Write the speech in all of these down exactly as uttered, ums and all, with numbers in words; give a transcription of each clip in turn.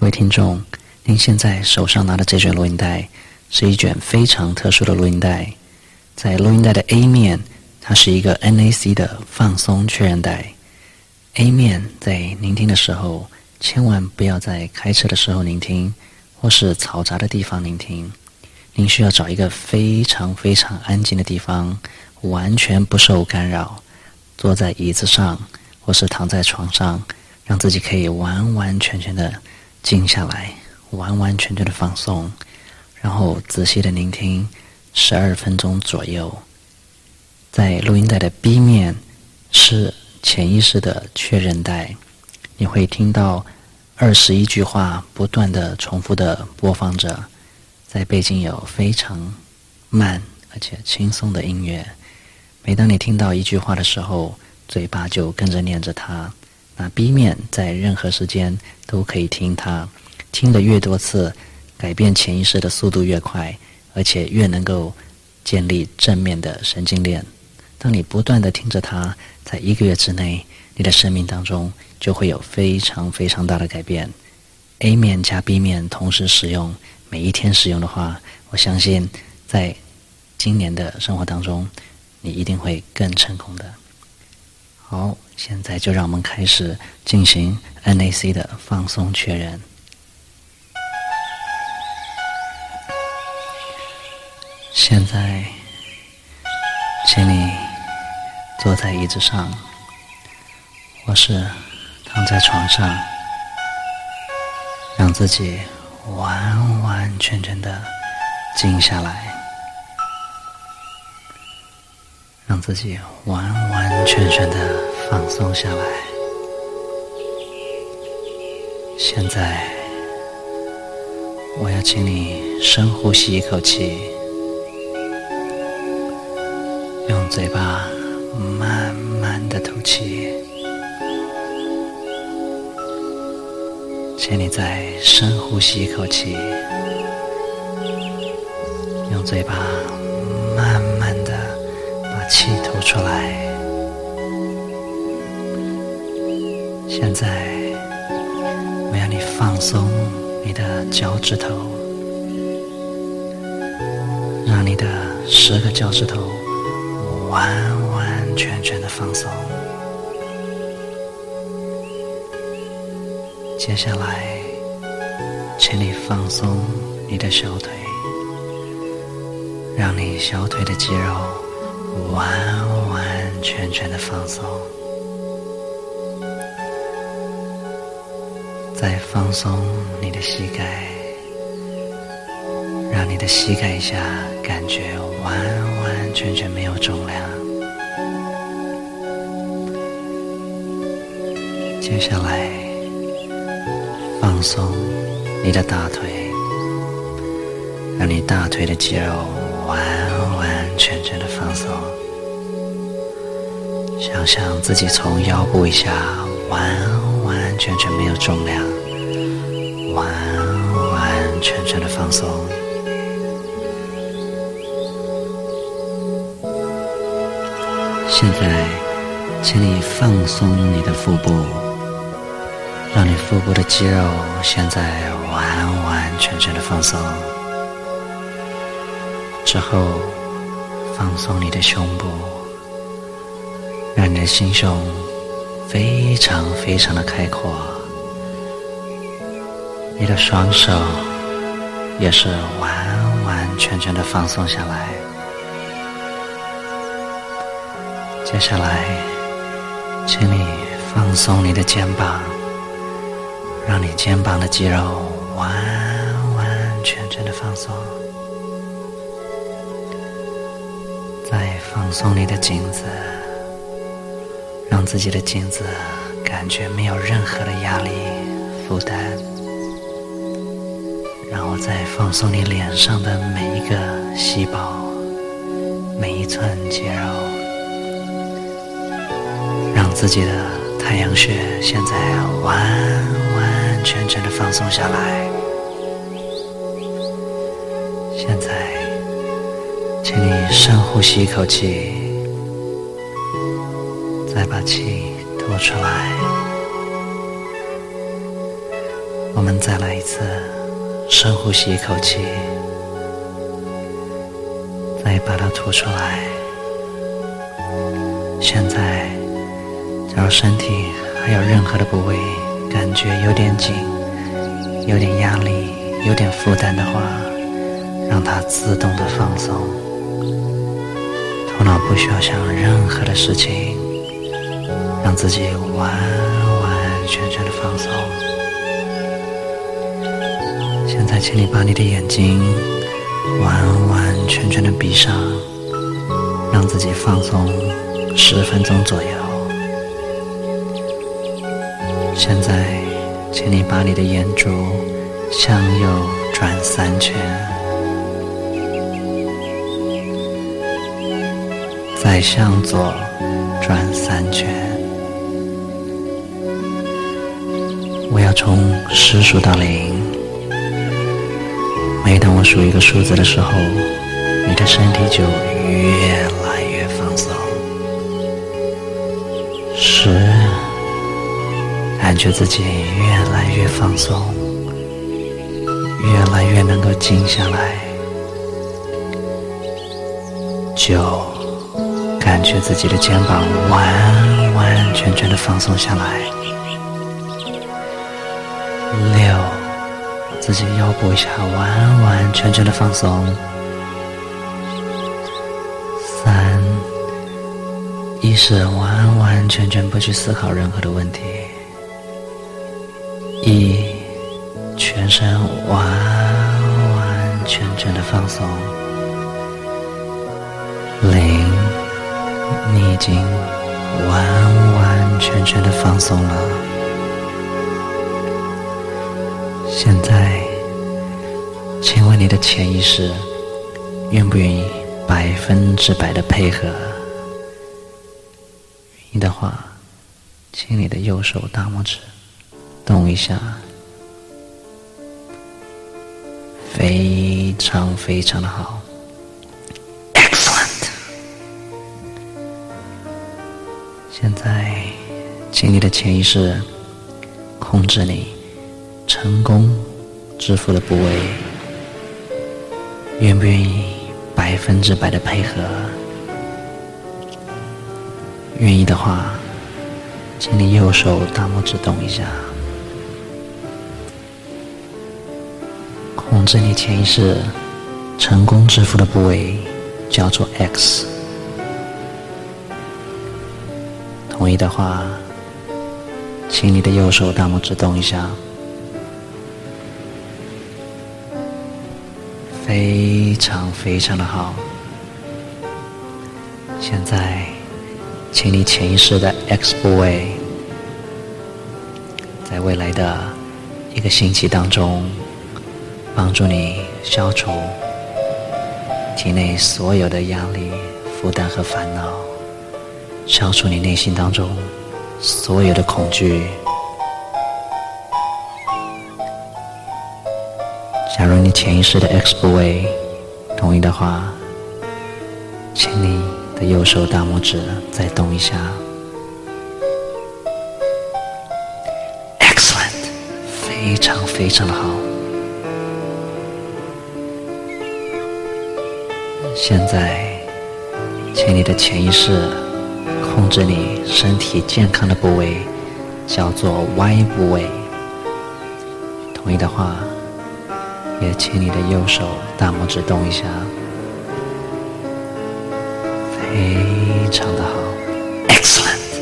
位听众，您现在手上拿的这卷录音带是一卷非常特殊的录音带。在录音带的 A 面，它是一个 N A C 的放松确认带。A 面在聆听的时候，千万不要在开车的时候聆听，或是嘈杂的地方聆听。您需要找一个非常非常安静的地方，完全不受干扰，坐在椅子上或是躺在床上，让自己可以完完全全的静下来，完完全全的放松，然后仔细的聆听十二分钟左右。在录音带的 B 面是潜意识的确认带，你会听到二十一句话不断的重复的播放着，在背景有非常慢而且轻松的音乐。每当你听到一句话的时候，嘴巴就跟着念着它。那 B 面在任何时间都可以听它，听得越多次，改变潜意识的速度越快，而且越能够建立正面的神经链。当你不断的听着它，在一个月之内，你的生命当中就会有非常非常大的改变。 A 面加 B 面同时使用，每一天使用的话，我相信在今年的生活当中，你一定会更成功的。好，现在就让我们开始进行 N A C 的放松确认。现在请你坐在椅子上，或是躺在床上，让自己完完全全的静下来，让自己完完全全的放松下来。现在我要请你深呼吸一口气，用嘴巴慢慢的吐气。请你再深呼吸一口气，用嘴巴慢慢的把气吐出来。现在我要你放松你的脚趾头，让你的十个脚趾头完完全全的放松。接下来请你放松你的小腿，让你小腿的肌肉完完全全的放松。再放松你的膝盖，让你的膝盖以下感觉完完全全没有重量。接下来放松你的大腿，让你大腿的肌肉完完全全的放松。想象自己从腰部以下完完全全没有重量，完完全全的放松。现在请你放松你的腹部，让你腹部的肌肉现在完完全全的放松。之后放松你的胸部，让你的心胸非常非常的开阔。你的双手也是完完全全的放松下来。接下来请你放松你的肩膀，让你肩膀的肌肉完完全全的放松。再放松你的颈子，让自己的颈子感觉没有任何的压力负担。然后再放松你脸上的每一个细胞，每一寸肌肉，让自己的太阳穴现在完完全全的放松下来。现在请你深呼吸一口气，再把气吐出来。 我们再来一次，深呼吸一口气，再把它吐出来。现在假如身体还有任何的部位感觉有点紧，有点压力，有点负担的话，让它自动的放松，头脑不需要想任何的事情，让自己完完全全的放松。现在请你把你的眼睛完完全全的闭上，让自己放松十分钟左右。现在请你把你的眼珠向右转三圈，再向左转三圈。我要从十数到零，每当我数一个数字的时候，你的身体就越来越放松。十，感觉自己越来越放松，越来越能够静下来。九，感觉自己的肩膀完完全全的放松下来。六，自己腰部以下完完全全的放松。三，意识完完全全不去思考任何的问题。一，全身完完全全的放松。零，你已经完完全全的放松了。现在请问你的潜意识愿不愿意百分之百的配合？愿意的话，请你的右手大拇指动一下，非常非常的好。 Excellent。 现在请你的潜意识控制你成功致富的部位，愿不愿意百分之百的配合？愿意的话，请你右手大拇指动一下，控制你潜意识成功致富的部位叫做 X。 同意的话，请你的右手大拇指动一下，非常非常的好。现在请你潜意识的 X 部位在未来的一个星期当中帮助你消除体内所有的压力、负担和烦恼，消除你内心当中所有的恐惧。假如你潜意识的 X 部位同意的话，请你的右手大拇指再动一下。 Excellent， 非常非常的好。现在请你的潜意识控制你身体健康的部位叫做 Y 部位。同意的话，也请你的右手大拇指动一下。非常的好 ，Excellent。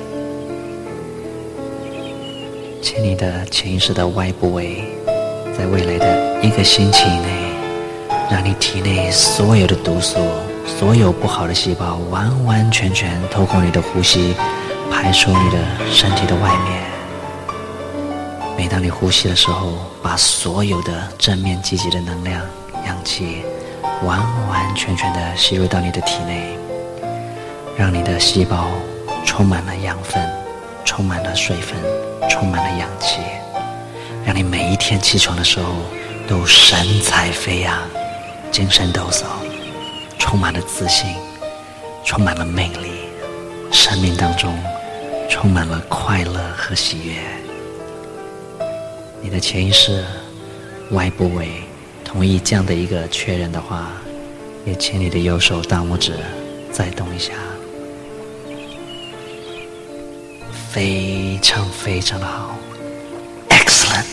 请你的潜意识的 Y 部位，在未来的一个星期以内，让你体内所有的毒素、所有不好的细胞，完完全全透过你的呼吸，排出你的身体的外面。每当你呼吸的时候，把所有的正面积极的能量、氧气，完完全全的吸入到你的体内。让你的细胞充满了养分，充满了水分，充满了氧气，让你每一天起床的时候都神采飞扬，精神抖擞，充满了自信，充满了魅力，生命当中充满了快乐和喜悦。 你的潜意识外部位同意这样的一个确认的话，也请你的右手大拇指再动一下，非常非常的好 ，excellent。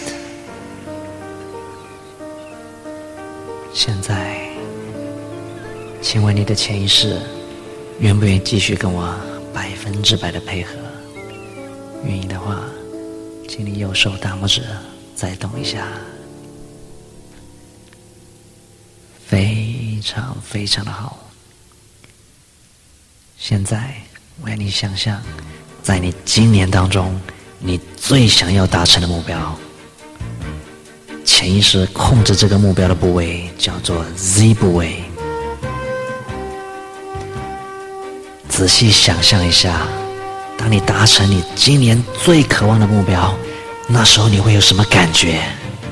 现在，请问你的潜意识愿不愿意继续跟我百分之百的配合？愿意的话，请你右手大拇指再动一下，非常非常的好。现在，我要你想象，在你今年当中，你最想要达成的目标，潜意识控制这个目标的部位叫做 Z 部位。仔细想象一下，当你达成你今年最渴望的目标，那时候你会有什么感觉？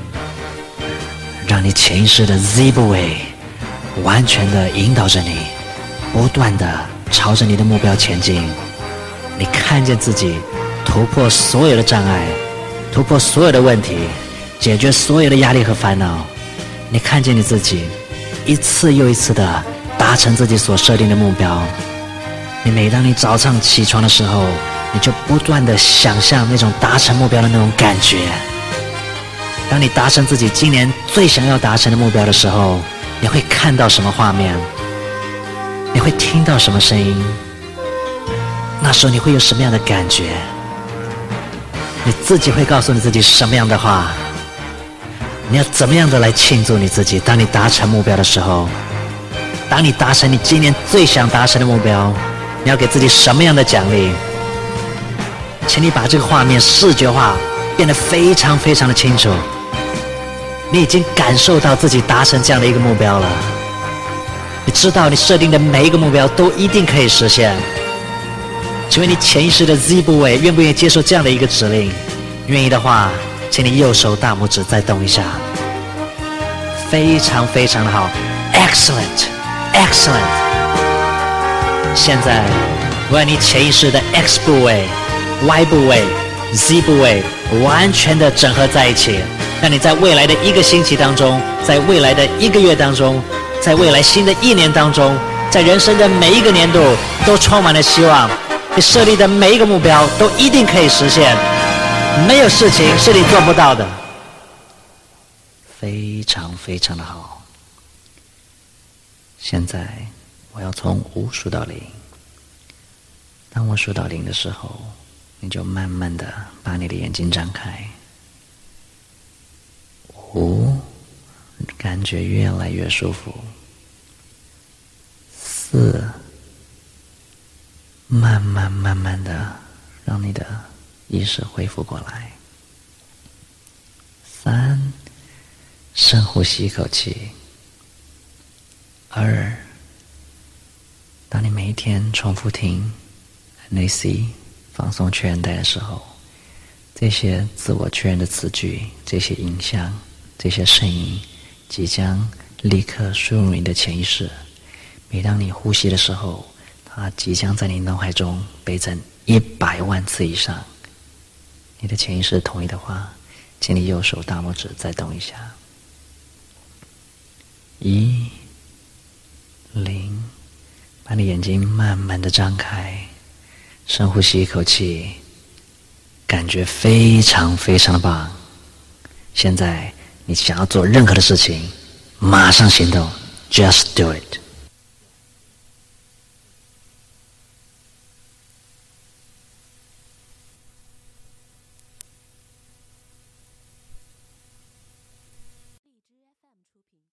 让你潜意识的 Z 部位完全的引导着你，不断的朝着你的目标前进。你看见自己突破所有的障碍，突破所有的问题，解决所有的压力和烦恼。你看见你自己一次又一次的达成自己所设定的目标。你每当你早上起床的时候，你就不断的想象那种达成目标的那种感觉。当你达成自己今年最想要达成的目标的时候，你会看到什么画面？你会听到什么声音？那时候你会有什么样的感觉？你自己会告诉你自己什么样的话？你要怎么样的来庆祝你自己？当你达成目标的时候，当你达成你今年最想达成的目标，你要给自己什么样的奖励？请你把这个画面视觉化，变得非常非常的清楚。你已经感受到自己达成这样的一个目标了，你知道你设定的每一个目标都一定可以实现。请问你潜意识的 Z 部位愿不愿意接受这样的一个指令？愿意的话，请你右手大拇指再动一下，非常非常的好 ，excellent excellent。现在，我要你潜意识的 X 部位、Y 部位、Z 部位完全的整合在一起，让你在未来的一个星期当中，在未来的一个月当中，在未来新的一年当中，在人生的每一个年度都充满了希望。你设立的每一个目标都一定可以实现，没有事情是你做不到的。非常非常的好。现在我要从五数到零，当我数到零的时候，你就慢慢的把你的眼睛张开。五，感觉越来越舒服。四，慢慢慢慢的让你的意识恢复过来。三，深呼吸一口气。二，当你每一天重复听 N A C 放松确认带的时候，这些自我确认的词句，这些影像，这些声音即将立刻输入你的潜意识。每当你呼吸的时候，它即将在你脑海中倍增一百万次以上。你的潜意识同意的话，请你右手大拇指再动一下。一，零，把你眼睛慢慢的张开，深呼吸一口气，感觉非常非常的棒。现在你想要做任何的事情，马上行动 ，just do it。